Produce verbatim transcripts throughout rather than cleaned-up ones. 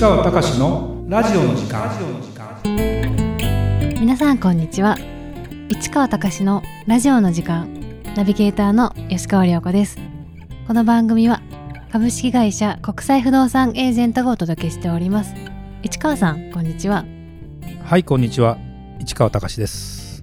川隆のラジオの時間。 皆さんこんにちは。市川隆のラジオの時間、ナビゲーターの吉川良子です。この番組は株式会社国際不動産エージェントがお届けしております。市川さんこんにちは。 はい、こんにちは。市川隆です。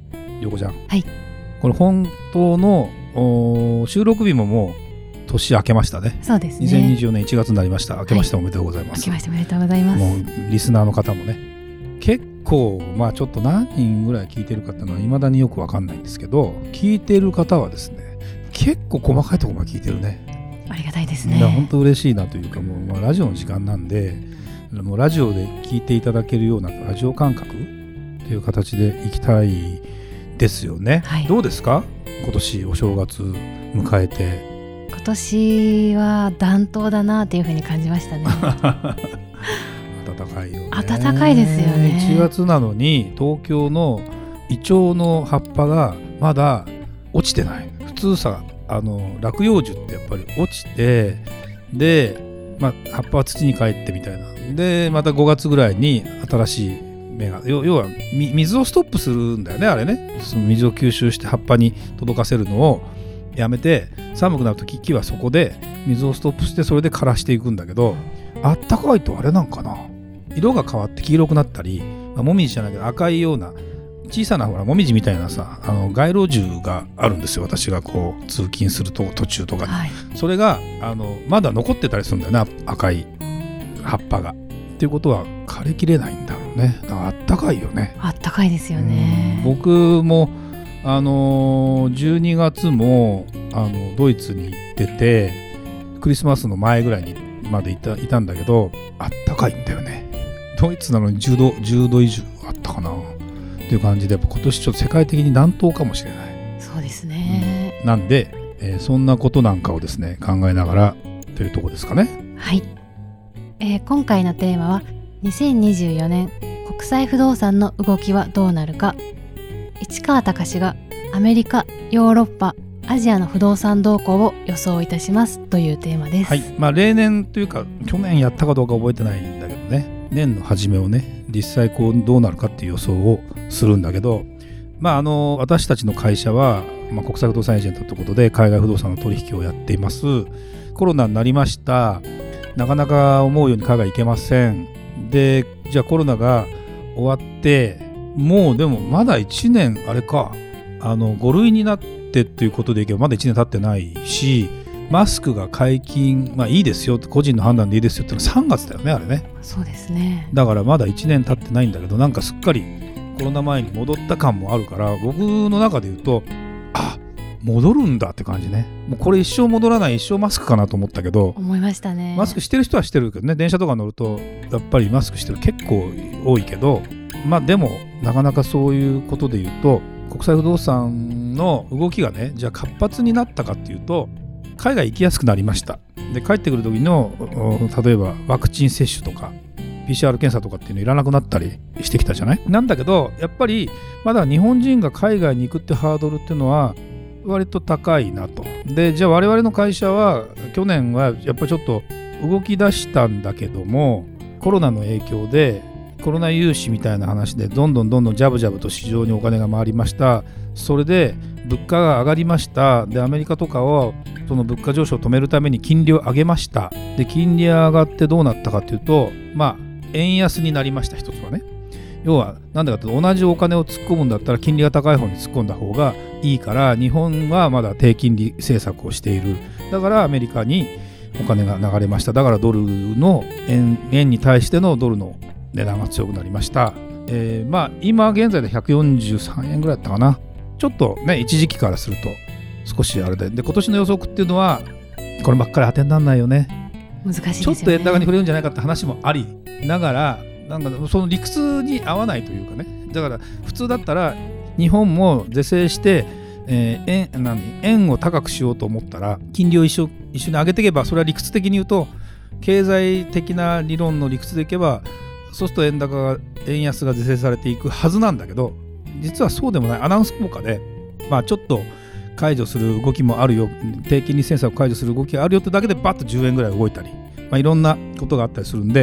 良子ちゃん、 はい、 これ本当の収録日ももう年明けましたね。 そうですね。 にせんにじゅうよねんいちがつになりました。明けましておめでとうございます。 明けましておめでとうございます。 もうリスナーの方もね、結構まあちょっと何人ぐらい聞いてるかっていうのは未だによくわかんないんですけど、聞いてる方はですね、結構細かいところまで聞いてるね。 ありがたいですね。 本当嬉しいなというか、もうまあラジオの時間なんで、もうラジオで聞いていただけるようなラジオ感覚っていう形でいきたいですよね、はい、どうですか今年お正月迎えて。 今年は暖冬だなというふうに感じましたね。 暖かいよね。 暖かいですよね。 いちがつなのに東京のイチョウの葉っぱがまだ落ちてない。普通さ、あの落葉樹ってやっぱり落ちて、で、まあ、葉っぱは土に帰ってみたいなで、またごがつぐらいに新しい芽が、要は水をストップするんだよね、あれね。その水を吸収して葉っぱに届かせるのをやめて、寒くなると木はそこで水をストップして、それで枯らしていくんだけど、あったかいとあれなんかな、色が変わって黄色くなったり、まあ、もみじじゃないけど赤いような小さなほらもみじみたいなさ、あの街路樹があるんですよ。私がこう通勤すると途中とかに、はい、それがあのまだ残ってたりするんだよね、赤い葉っぱが。っていうことは枯れきれないんだろうね。だからあったかいよね。 あったかいですよね。 僕もあのじゅうにがつもあのドイツに行ってて、クリスマスの前ぐらいにまでいた、いたんだけど、あったかいんだよね。ドイツなのにじゅうど、じゅうど以上あったかなっていう感じで、やっぱ今年ちょっと世界的に暖冬かもしれない。 そうですね、 うん、なんで、えー、そんなことなんかをですね考えながらというところですかね。 はい、えー、今回のテーマはにせんにじゅうよねん国際不動産の動きはどうなるか、市川隆がアメリカ、ヨーロッパ、アジアの不動産動向を予想いたしますというテーマです。 はい、まあ、例年というか去年やったかどうか覚えてないんだけどね、年の初めをね実際こうどうなるかっていう予想をするんだけど、まあ、あの私たちの会社は、まあ、国際不動産エージェントということで海外不動産の取引をやっています。コロナになりました。なかなか思うように海外行けません。で、じゃあコロナが終わってもうでもまだいちねんあれか、あのご類になってっていうことでいけばまだいちねん経ってないし、マスクが解禁、まあいいですよ、個人の判断でいいですよってのはさんがつだよね、あれね。 そうですね。だからまだいちねん経ってないんだけど、なんかすっかりコロナ前に戻った感もあるから、僕の中で言うと、あ、戻るんだって感じね。もうこれ一生戻らない、一生マスクかなと思ったけど、 思いましたね。 マスクしてる人はしてるけどね、電車とか乗るとやっぱりマスクしてる結構多いけど、まあでもなかなかそういうことで言うと、国際不動産の動きがね、じゃあ活発になったかっていうと、海外行きやすくなりました。で、帰ってくる時の例えばワクチン接種とか ピーシーアール 検査とかっていうのいらなくなったりしてきたじゃない。なんだけどやっぱりまだ日本人が海外に行くってハードルっていうのは割と高いなと。で、じゃあ我々の会社は去年はやっぱりちょっと動き出したんだけども、コロナの影響でコロナ融資みたいな話でどんどんどんどんジャブジャブと市場にお金が回りました。それで物価が上がりました。で、アメリカとかはその物価上昇を止めるために金利を上げました。で、金利上がってどうなったかというと、まあ円安になりました。一つはね、要はなんだかというと、同じお金を突っ込むんだったら金利が高い方に突っ込んだ方がいいから、日本はまだ低金利政策をしている。だからアメリカにお金が流れました。だからドルの 円, 円に対してのドルの値段が強くなりました。えー、まあ今現在でひゃくよんじゅうさんえんぐらいだったかな。ちょっとね、一時期からすると少しあれで、で今年の予測っていうのはこればっかり当てにならないよね。 難しいですよね。 ちょっと円高に触れるんじゃないかって話もありながら、なんかその理屈に合わないというかね。だから普通だったら日本も是正して、えー、円, 何円を高くしようと思ったら金利を一緒一緒に上げていけば、それは理屈的に言うと、経済的な理論の理屈でいけば、そうすると円高が円安が是正されていくはずなんだけど、実はそうでもない。アナウンス効果で、まあちょっと解除する動きもあるよ、低金利政策を解除する動きがあるよってだけでバッとじゅうえんぐらい動いたり、まあ、いろんなことがあったりするんで、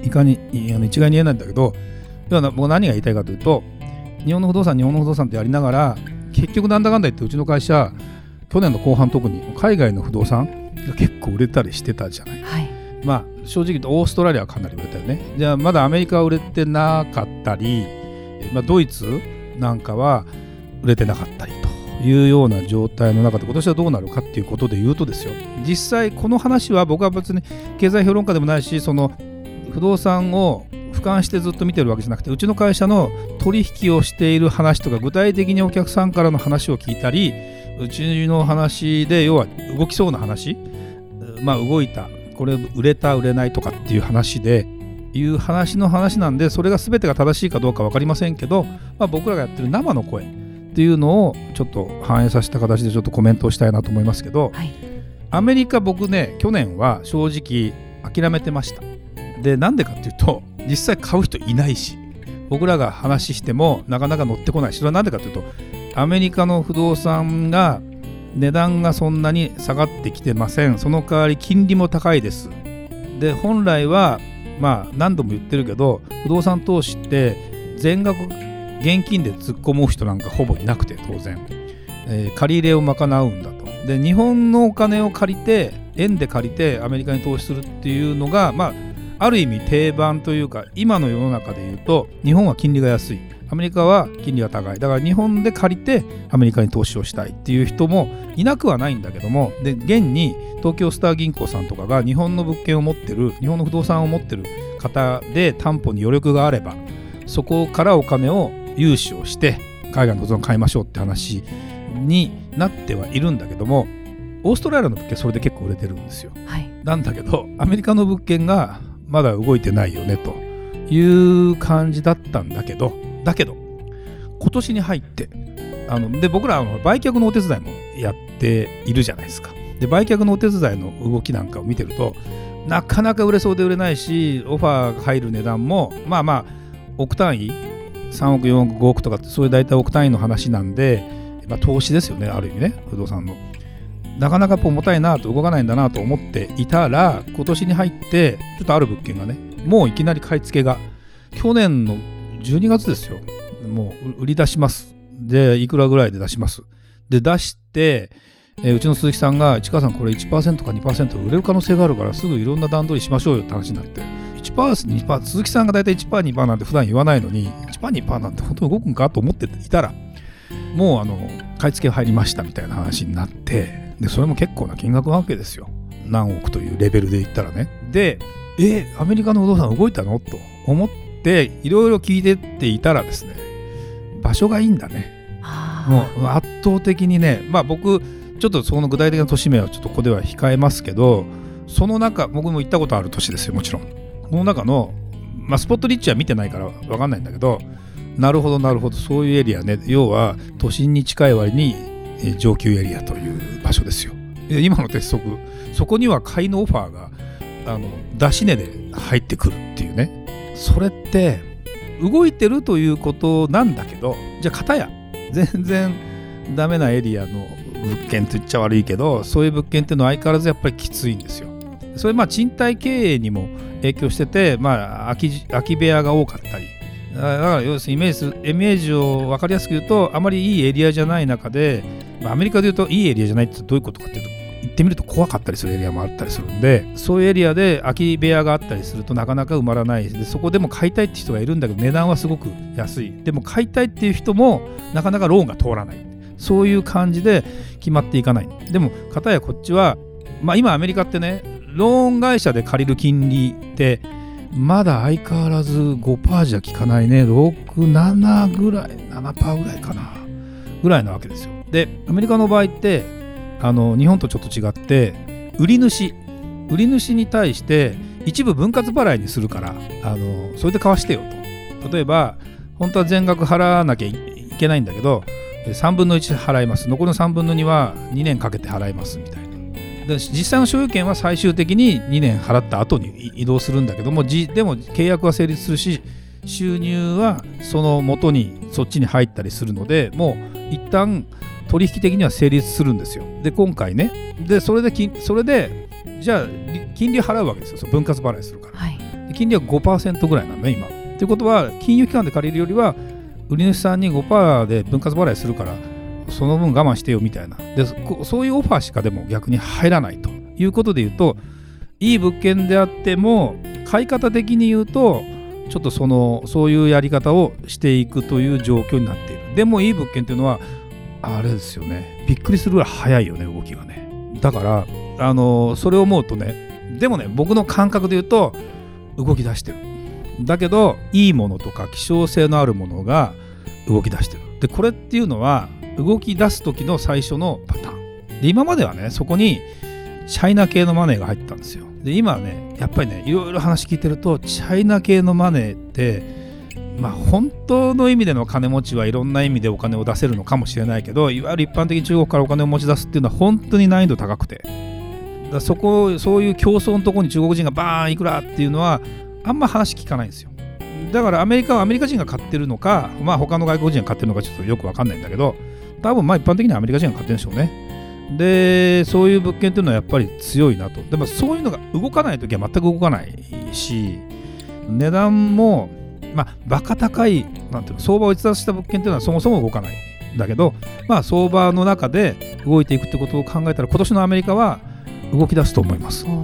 いかにあの一概に言えないんだけど、要は僕何が言いたいかというと、日本の不動産日本の不動産ってやりながら結局なんだかんだ言ってうちの会社去年の後半特に海外の不動産が結構売れたりしてたじゃない、 はい、 まあ正直言うとオーストラリアはかなり売れたよね。じゃあまだアメリカは売れてなかったり、まあ、ドイツなんかは売れてなかったりというような状態の中で今年はどうなるかっていうことで言うとですよ、実際この話は僕は別に経済評論家でもないし、その不動産を俯瞰してずっと見てるわけじゃなくて、うちの会社の取引をしている話とか具体的にお客さんからの話を聞いたり、うちの話で要は動きそうな話、まあ動いた、これ売れた売れないとかっていう話でいう話の話なんで、それが全てが正しいかどうか分かりませんけど、まあ、僕らがやってる生の声っていうのをちょっと反映させた形でちょっとコメントをしたいなと思いますけど、はい、アメリカ僕ね去年は正直諦めてました。でなんでかっていうと、実際買う人いないし、僕らが話してもなかなか乗ってこないし、それはなんでかというと、アメリカの不動産が値段がそんなに下がってきてません。その代わり金利も高いです。で本来はまあ何度も言ってるけど、不動産投資って全額現金で突っ込む人なんかほぼいなくて、当然、えー、借り入れを賄うんだと。で日本のお金を借りて円で借りてアメリカに投資するっていうのが、まあある意味定番というか、今の世の中でいうと日本は金利が安い、アメリカは金利が高い、だから日本で借りてアメリカに投資をしたいっていう人もいなくはないんだけども、で現に東京スター銀行さんとかが日本の物件を持ってる、日本の不動産を持ってる方で担保に余力があれば、そこからお金を融資をして海外の不動産を買いましょうって話になってはいるんだけども、オーストラリアの物件それで結構売れてるんですよ、はい、なんだけどアメリカの物件がまだ動いてないよねという感じだったんだけど、だけど今年に入ってあので僕らあの売却のお手伝いもやっているじゃないですか。で売却のお手伝いの動きなんかを見てると、なかなか売れそうで売れないし、オファーが入る値段もまあまあ億単位さんおくよんおくごおくとかって、そういう大体億単位の話なんで、まあ、投資ですよね、ある意味ね、不動産の。なかなか重たいなと動かないんだなと思っていたら、今年に入ってちょっとある物件がね、もういきなり買い付けが去年のじゅうにがつですよ、もう売り出します。でいくらぐらいで出します。で出して、えー、うちの鈴木さんが、市川さんこれ いちパーセント か にパーセント 売れる可能性があるからすぐいろんな段取りしましょうよって話になって、 いちパーセント にパーセント 鈴木さんがだいたい いちパーセント にパーセント なんて普段言わないのに いちパーセント にパーセント なんて本当に動くんかと思っていたら、もうあの買い付け入りましたみたいな話になって、でそれも結構な金額なわけですよ、何億というレベルで言ったらね。でえアメリカの不動産動いたのと思っていろいろ聞いてっていたらですね、場所がいいんだね。もう圧倒的にね、まあ僕ちょっとその具体的な都市名はちょっとここでは控えますけど、その中僕も行ったことある都市ですよ、もちろん。この中の、まあ、スポットリッチは見てないから分かんないんだけど、なるほどなるほど、そういうエリアね、要は都心に近い割に上級エリアという場所ですよ。今の鉄則、そこには買いのオファーがあの出し値で入ってくるっていうね。それって動いてるということなんだけど、じゃあ片や全然ダメなエリアの物件と言っちゃ悪いけど、そういう物件っていうのは相変わらずやっぱりきついんですよ。それまあ賃貸経営にも影響してて、まあ空き、空き部屋が多かったり、だから要するにイメージするイメージを分かりやすく言うと、あまりいいエリアじゃない中で、まあ、アメリカで言うといいエリアじゃないってどういうことかっていうと、行ってみると怖かったりするエリアもあったりするんで、そういうエリアで空き部屋があったりするとなかなか埋まらないで、そこでも買いたいって人がいるんだけど値段はすごく安い。でも買いたいっていう人もなかなかローンが通らない。そういう感じで決まっていかない。でも片やこっちは、まあ、今アメリカってね、ローン会社で借りる金利ってまだ相変わらず ごパーセント じゃ効かないね。ろく、ななぐらい ななパーセント ぐらいかなぐらいなわけですよ。でアメリカの場合ってあの日本とちょっと違って、売り主売り主に対して一部分割払いにするから、あのそれで買わしてよと。例えば本当は全額払わなきゃいけないんだけど、さんぶんのいち払います、残りのさんぶんのにはにねんかけて払いますみたいな。で実際の所有権は最終的ににねん払った後に移動するんだけども、じでも契約は成立するし、収入はその元にそっちに入ったりするので、もう一旦取引的には成立するんですよ。で今回ね、でそれで金それでじゃあ金利払うわけですよ、その分割払いするから、はい、で金金利は ごパーセント ぐらいなのね今。ということは金融機関で借りるよりは売り主さんに ごパーセント で分割払いするからその分我慢してよみたいなで、そういうオファーしかでも逆に入らないということで言うと、いい物件であっても買い方的に言うとちょっとそのそういうやり方をしていくという状況になっている。でもいい物件っていうのはあれですよね、びっくりするぐらい早いよね動きがね。だからあのそれを思うとね、でもね僕の感覚で言うと動き出してる。だけどいいものとか希少性のあるものが動き出してる。でこれっていうのは動き出す時の最初のパターンで、今まではねそこにチャイナ系のマネーが入ったんですよ。で今はねやっぱりねいろいろ話聞いてるとチャイナ系のマネーってまあ本当の意味での金持ちはいろんな意味でお金を出せるのかもしれないけど、いわゆる一般的に中国からお金を持ち出すっていうのは本当に難易度高くて、だそこそういう競争のところに中国人がバーンいくらっていうのはあんま話聞かないんですよ。だからアメリカはアメリカ人が買ってるのか、まあ他の外国人が買ってるのかちょっとよく分かんないんだけど、多分まあ一般的にはアメリカ人が買ってるんでしょうね。でそういう物件っていうのはやっぱり強いなと。でもそういうのが動かないときは全く動かないし、値段もまあバカ高いなんていうの相場を逸脱した物件っていうのはそもそも動かないんだけど、まあ相場の中で動いていくってことを考えたら今年のアメリカは動き出すと思います、うん、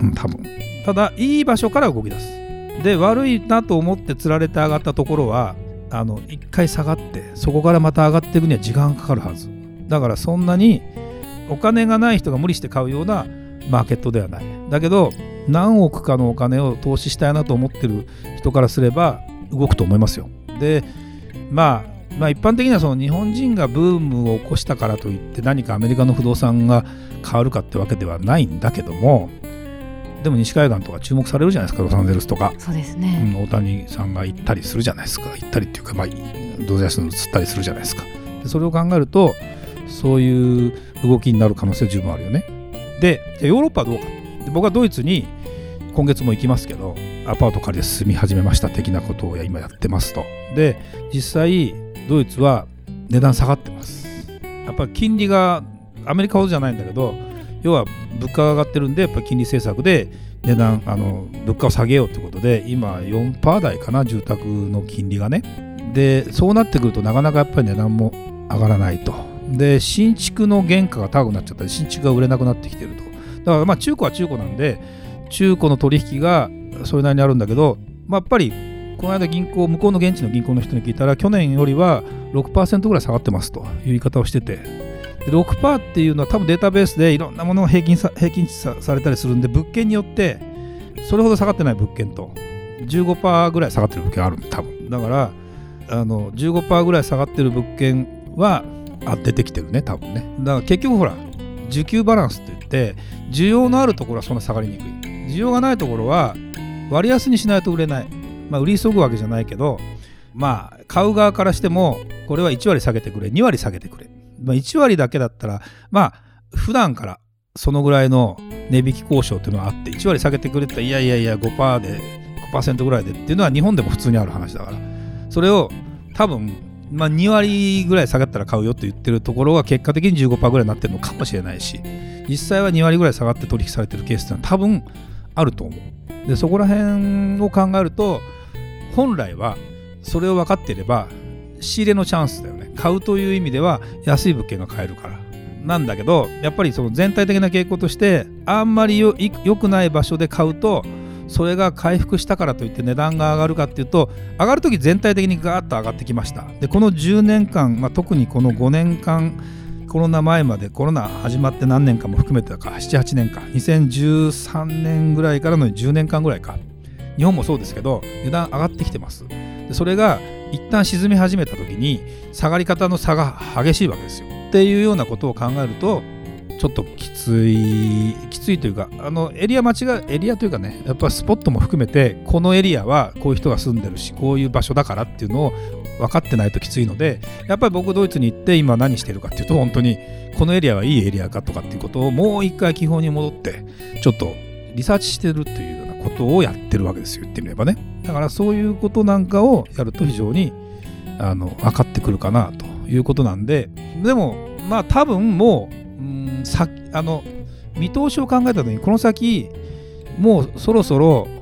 多分。ただいい場所から動き出す。で悪いなと思って釣られて上がったところはあの一回下がってそこからまた上がっていくには時間がかかるはずだから、そんなにお金がない人が無理して買うようなマーケットではない。だけど何億かのお金を投資したいなと思ってる人からすれば動くと思いますよ。で、まあ、まあ一般的にはその日本人がブームを起こしたからといって何かアメリカの不動産が変わるかってわけではないんだけども、でも西海岸とか注目されるじゃないですか、ロサンゼルスとか。 そうですね、 うん、大谷さんが行ったりするじゃないですか。行ったりっていうか、まあ、ドジャースに移ったりするじゃないですか。でそれを考えるとそういう動きになる可能性は十分あるよね。でヨーロッパはどうか。で僕はドイツに今月も行きますけど、アパート借りて住み始めました的なことを今やってますと。で実際ドイツは値段下がってます。やっぱり金利がアメリカほどじゃないんだけど、要は物価が上がってるんでやっぱり金利政策で値段あの物価を下げようということで今 よんパーセント 台かな、住宅の金利がね。でそうなってくるとなかなかやっぱり値段も上がらないと。で新築の原価が高くなっちゃったり新築が売れなくなってきてると。だからまあ中古は中古なんで中古の取引がそれなりにあるんだけど、まあ、やっぱりこの間銀行向こうの現地の銀行の人に聞いたら去年よりは ろくパーセント ぐらい下がってますという言い方をしてて、で ろくパーセント っていうのは多分データベースでいろんなものを平均さ平均値 さ, されたりするんで、物件によってそれほど下がってない物件と じゅうごパーセント ぐらい下がってる物件あるんで、多分だからあの じゅうごパーセント ぐらい下がってる物件はあ出てきてるね多分ね。だから結局ほら需給バランスって言って需要のあるところはそんな下がりにくい、需要がないところは割安にしないと売れない。まあ売り急ぐわけじゃないけど、まあ買う側からしてもこれはいち割下げてくれに割下げてくれ、まあ、いち割だけだったらまあ普段からそのぐらいの値引き交渉っていうのはあって、いち割下げてくれっていやいやいや ごパーセント で ごパーセント ぐらいでっていうのは日本でも普通にある話だから、それを多分まあに割ぐらい下がったら買うよって言ってるところは結果的に じゅうごパーセント ぐらいになってるのかもしれないし、実際はに割ぐらい下がって取引されてるケースってのは多分あると思う。でそこら辺を考えると本来はそれを分かっていれば仕入れのチャンスだよね。買うという意味では安い物件が買えるからなんだけど、やっぱりその全体的な傾向としてあんまりよ良くない場所で買うとそれが回復したからといって値段が上がるかっていうと、上がるとき全体的にガーッと上がってきました。でこのじゅうねんかん、まあ、特にこのごねんかんコロナ前までコロナ始まって何年かも含めてかななはちねんかにせんじゅうさんねんぐらいからのじゅうねんかんぐらいか、日本もそうですけど値段上がってきてます。でそれが一旦沈み始めた時に下がり方の差が激しいわけですよっていうようなことを考えるとちょっときついきついというか、あのエリア間違うエリアというかね、やっぱスポットも含めてこのエリアはこういう人が住んでるしこういう場所だからっていうのを分かってないときついので、やっぱり僕ドイツに行って今何してるかっていうと、本当にこのエリアはいいエリアかとかっていうことをもう一回基本に戻ってちょっとリサーチしてるというようなことをやってるわけですよ、言ってみればね。だからそういうことなんかをやると非常にあの分かってくるかなということなんで、でもまあ多分もううんさあの見通しを考えた時にこの先もうそろそろ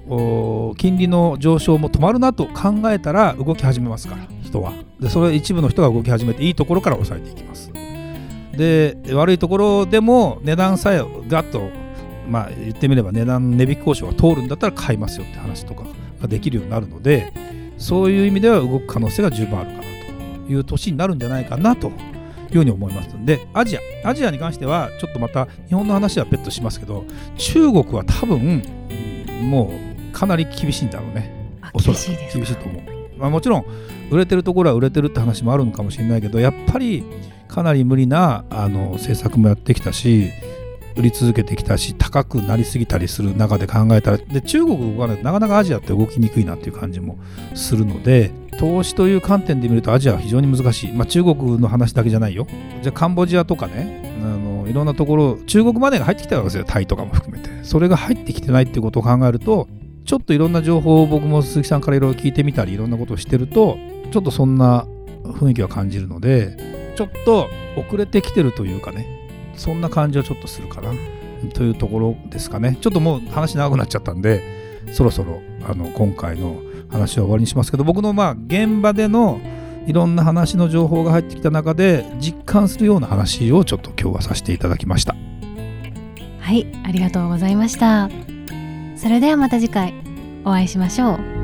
の金利の上昇も止まるなと考えたら動き始めますから、人は。でそれ一部の人が動き始めていいところから抑えていきます。で悪いところでも値段さえガッと、まあ、言ってみれば値段値引き交渉が通るんだったら買いますよって話とかができるようになるので、そういう意味では動く可能性が十分あるかなという年になるんじゃないかなというふうに思いますので、アジアアジアに関してはちょっとまた日本の話は別途しますけど、中国は多分もうかなり厳しいんだろうね。おそらく厳しいと思う。まあ、もちろん売れてるところは売れてるって話もあるのかもしれないけど、やっぱりかなり無理なあの政策もやってきたし、売り続けてきたし、高くなりすぎたりする中で考えたら、で中国が、ね、なかなかアジアって動きにくいなっていう感じもするので、投資という観点で見るとアジアは非常に難しい。まあ、中国の話だけじゃないよ。じゃあカンボジアとかね、あのいろんなところ中国マネーが入ってきたわけですよ、タイとかも含めて。それが入ってきてないっていうことを考えると、ちょっといろんな情報を僕も鈴木さんからいろいろ聞いてみたり、いろんなことをしてるとちょっとそんな雰囲気は感じるので、ちょっと遅れてきてるというかね、そんな感じはちょっとするかなというところですかね。ちょっともう話長くなっちゃったんで、そろそろあの今回の話は終わりにしますけど、僕のまあ現場でのいろんな話の情報が入ってきた中で実感するような話をちょっと今日はさせていただきました。 はい、ありがとうございました。それではまた次回お会いしましょう。